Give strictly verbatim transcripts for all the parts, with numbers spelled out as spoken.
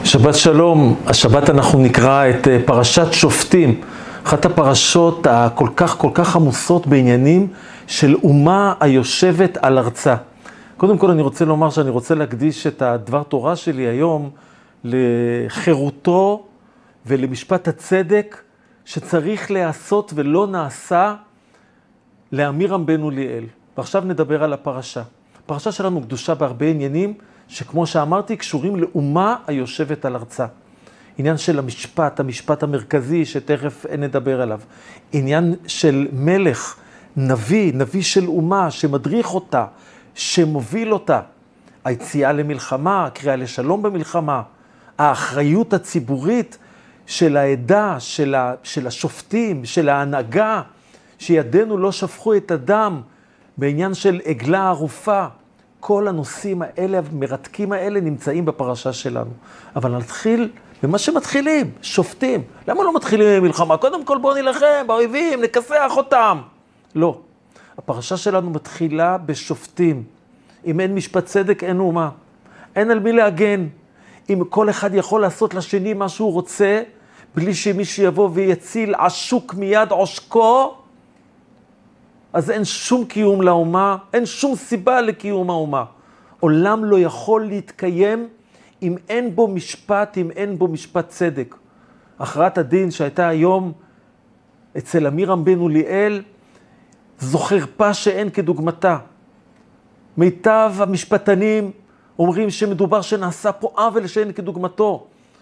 שבת שלום, השבת אנחנו נקרא את פרשת שופטים, אחת הפרשות הכל כך כל כך עמוסות בעניינים של אומה היושבת על ארצה. קודם כל אני רוצה לומר שאני רוצה להקדיש את הדבר תורה שלי היום לחירותו ולמשפט הצדק שצריך להיעשות ולא נעשה לאמירם בן אוליאל. ועכשיו נדבר על הפרשה. הפרשה שלנו קדושה בהרבה עניינים שכמו שאמרתי קשורים לאומה היושבת על ארצה. עניין של המשפט, המשפט המרכזי שתכף נדבר עליו. עניין של מלך, נביא, נביא של אומה שמדריך אותה, שמוביל אותה. היציאה למלחמה, הקריאה לשלום במלחמה, האחריות הציבורית של העדה, של, ה, של השופטים, של ההנהגה, שידינו לא שפכו את הדם בעניין של עגלה ערופה. כל הנושאים האלה, המרתקים האלה, נמצאים בפרשה שלנו. אבל נתחיל במה שמתחילים, שופטים. למה לא מתחילים במלחמה? קודם כל בואו נלחם באויבים, נכסח אותם. לא. הפרשה שלנו מתחילה בשופטים. אם אין משפט צדק, אין אומה. אין על מי להגן. אם כל אחד יכול לעשות לשני מה שהוא רוצה, בלי שמישהו יבוא ויציל עשוק מיד עושקו, אז אין שום קיום לאומה, אין שום סיבה לקיום האומה. עולם לא יכול להתקיים אם אין בו משפט, אם אין בו משפט צדק. הכרעת הדין שהייתה היום אצל אמירם בן אוליאל, זו חרפה שאין כדוגמתה. מיטב המשפטנים אומרים שמדובר שנעשה פה עוול שאין כדוגמתו.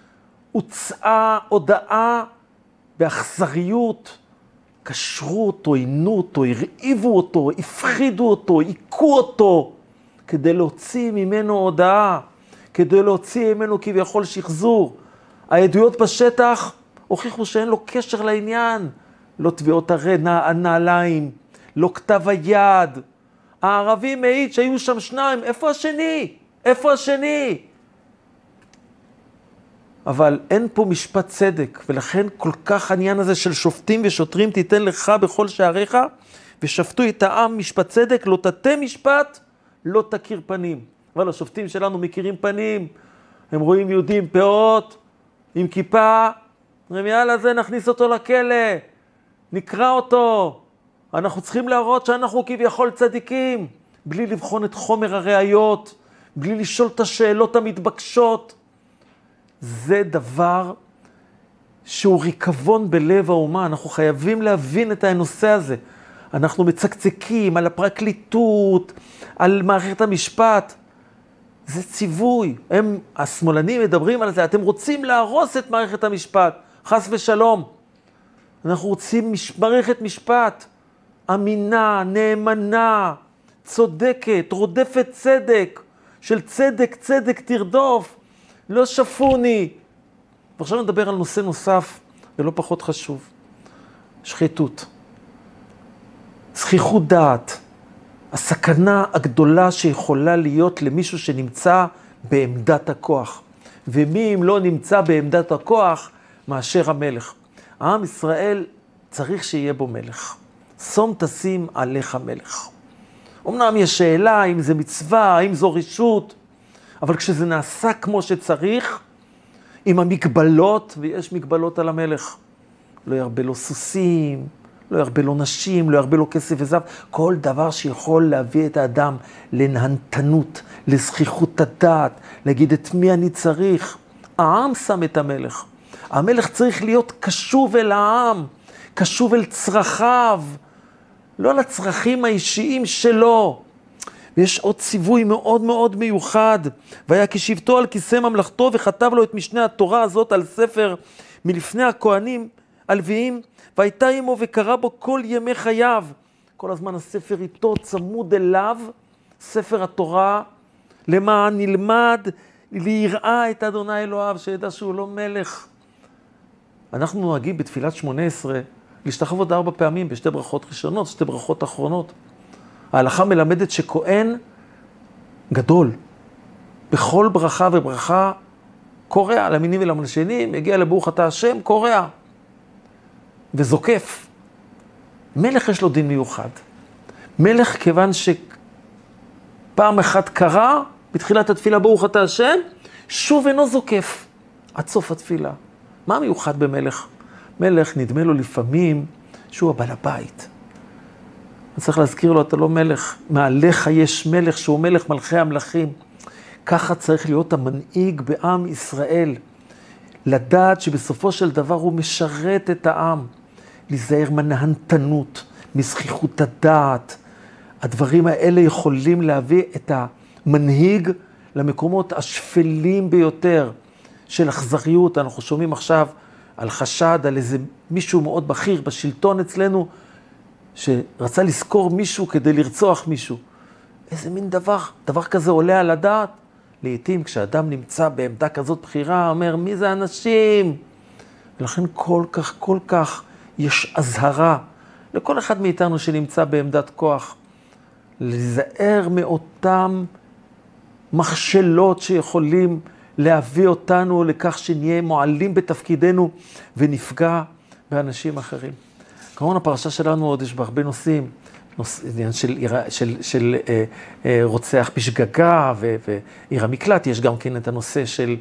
הוצאה הודעה באכזריות, קשרו אותו, עינו אותו, הרעיבו אותו, הפחידו אותו, עיקו אותו, כדי להוציא ממנו הודעה, כדי להוציא ממנו כביכול שחזור. העדויות בשטח הוכיחו שאין לו קשר לעניין, לא תביעות הנעליים, לא כתב היד. הערבי מעיד שהיו שם שניים, איפה השני? איפה השני? אבל אין פה משפט צדק, ולכן כל כך העניין הזה של שופטים ושוטרים תיתן לך בכל שעריך, ושפטו את העם משפט צדק, לא תתה משפט, לא תכיר פנים. אבל השופטים שלנו מכירים פנים, הם רואים יהודים פאות, עם כיפה, אומרים יאללה זה נכניס אותו לכלא, נקרא אותו, אנחנו צריכים להראות שאנחנו כביכול צדיקים, בלי לבחון את חומר הראיות, בלי לשאול את השאלות המתבקשות. זה דבר שהוא ריקבון בלב האומה, אנחנו חייבים להבין את הנושא הזה. אנחנו מצקצקים על הפרקליטות, על מערכת המשפט. זה ציווי. הם, השמאלנים מדברים על זה, אתם רוצים להרוס את מערכת המשפט, חס ושלום. אנחנו רוצים מש, מערכת משפט אמינה, נאמנה, צודקת, רודפת צדק, של צדק, צדק תרדוף. לא שפוני. ועכשיו נדבר על נושא נוסף, ולא פחות חשוב. שחיתות. זכיחות דעת. הסכנה הגדולה שיכולה להיות למישהו שנמצא בעמדת הכוח. ומי אם לא נמצא בעמדת הכוח מאשר המלך. העם ישראל צריך שיהיה בו מלך. שום תשים עליך מלך. אמנם יש שאלה אם זה מצווה, אם זו רשות, אבל כשזה נעשה כמו שצריך, עם המגבלות, ויש מגבלות על המלך, לא ירבה לו סוסים, לא ירבה לו נשים, לא ירבה לו כסף וזהב, כל דבר שיכול להביא את האדם לנהנתנות, לזכיחות הדעת, להגיד את מי אני צריך. העם שם את המלך. המלך צריך להיות קשוב אל העם, קשוב אל צרכיו, לא לצרכים האישיים שלו. ויש עוד ציווי מאוד מאוד מיוחד, והיה כשבתו על כיסא ממלכתו וכתב לו את משנה התורה הזאת על ספר מלפני הכהנים הלוויים, והייתה עמו וקרא בו כל ימי חייו. כל הזמן הספר איתו צמוד אליו, ספר התורה, למען נלמד ליראה את אדוני אלוהיו, שידע שהוא לא מלך. אנחנו נוהגים בתפילת שמונה עשרה להשתחוות ארבע פעמים בשתי ברכות ראשונות, שתי ברכות אחרונות. ההלכה מלמדת שכהן גדול, בכל ברכה וברכה קורע למינים ולמלשנים, מגיע לברוך אתה השם, קורע וזוקף. מלך יש לו דין מיוחד. מלך כיוון שפעם אחת קרא, בתחילת התפילה ברוך אתה השם, שוב אינו זוקף. עד סוף התפילה. מה מיוחד במלך? מלך נדמה לו לפעמים שהוא הבעל הבית. אני צריך להזכיר לו, אתה לא מלך, מעליך יש מלך שהוא מלך מלכי המלכים. ככה צריך להיות המנהיג בעם ישראל. לדעת שבסופו של דבר הוא משרת את העם. להיזהר מנהנתנות, מזכיחות הדעת. הדברים האלה יכולים להביא את המנהיג למקומות השפלים ביותר של אכזריות. אנחנו שומעים עכשיו על חשד, על איזה מישהו מאוד בכיר בשלטון אצלנו, שרצה לזכור מישהו כדי לרצוח מישהו. איזה מין דבר, דבר כזה עולה על הדעת. לעתים כשאדם נמצא בעמדה כזאת בחירה, אומר, מי זה אנשים? ולכן כל כך, כל כך יש הזהרה לכל אחד מאיתנו שנמצא בעמדת כוח, להיזהר מאותם מכשלות שיכולים להביא אותנו לכך שנהיה מועלים בתפקידנו ונפגע באנשים אחרים. כמובן הפרשה שלנו עוד יש בהרבה נושאים, נוס, עניין של, של, של, של אה, אה, רוצח בשגגה ועיר המקלט, יש גם כן את הנושא של,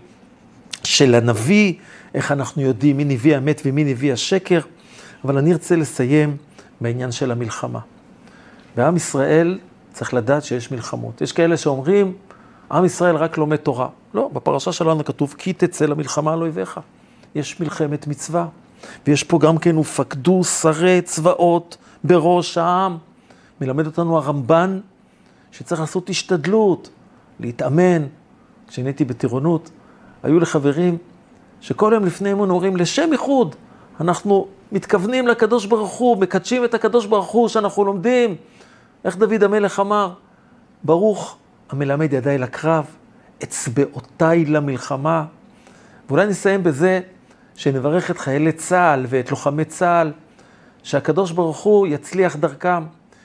של הנביא, איך אנחנו יודעים מי נביא האמת ומי נביא השקר, אבל אני ארצה לסיים בעניין של המלחמה. בעם ישראל צריך לדעת שיש מלחמות. יש כאלה שאומרים, עם ישראל רק לומד תורה. לא, בפרשה שלנו כתוב, כי תצא למלחמה על אויביך. יש מלחמת מצווה. ויש פה גם כן, ופקדו שרי צבאות בראש העם. מלמד אותנו הרמב"ן שצריך לעשות השתדלות, להתאמן. כשנהייתי בטירונות, היו לחברים שכל יום לפני אימון אומרים, לשם ייחוד, אנחנו מתכוונים לקדוש ברוך הוא, מקדשים את הקדוש ברוך הוא שאנחנו לומדים. איך דוד המלך אמר, ברוך המלמד ידיי לקרב, אצבעותיי למלחמה. ואולי נסיים בזה שנברך את חיילי צה"ל ואת לוחמי צה"ל, שהקדוש ברוך הוא יצליח דרכם,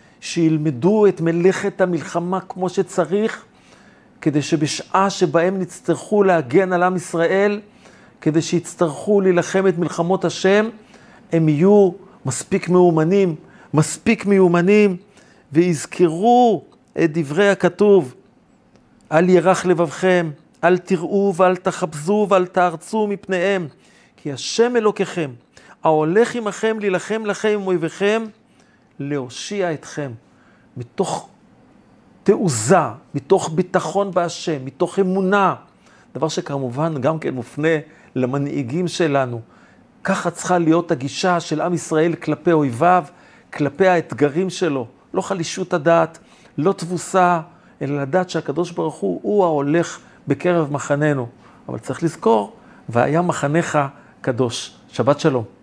שילמדו את מלאכת המלחמה כמו שצריך, כדי שבשעה שבהם נצטרכו להגן על עם ישראל, כדי שיצטרכו להילחם את מלחמות השם, הם יהיו מספיק מאומנים, מספיק מיומנים, ויזכרו את דברי הכתוב, אל ירח לבבכם, אל תראו ואל תחפזו ואל תארצו מפניהם, כי השם אלוקיכם, ההולך עמכם להילחם לכם עם אויביכם, להושיע אתכם, מתוך תעוזה, מתוך ביטחון בהשם, מתוך אמונה, דבר שכמובן גם כן מופנה למנהיגים שלנו. ככה צריכה להיות הגישה של עם ישראל כלפי אויביו, כלפי האתגרים שלו. לא חלישות הדעת, לא תבוסה, אלא לדעת שהקדוש ברוך הוא, הוא ההולך בקרב מחננו. אבל צריך לזכור, והיה מחנך קדוש. שבת שלום.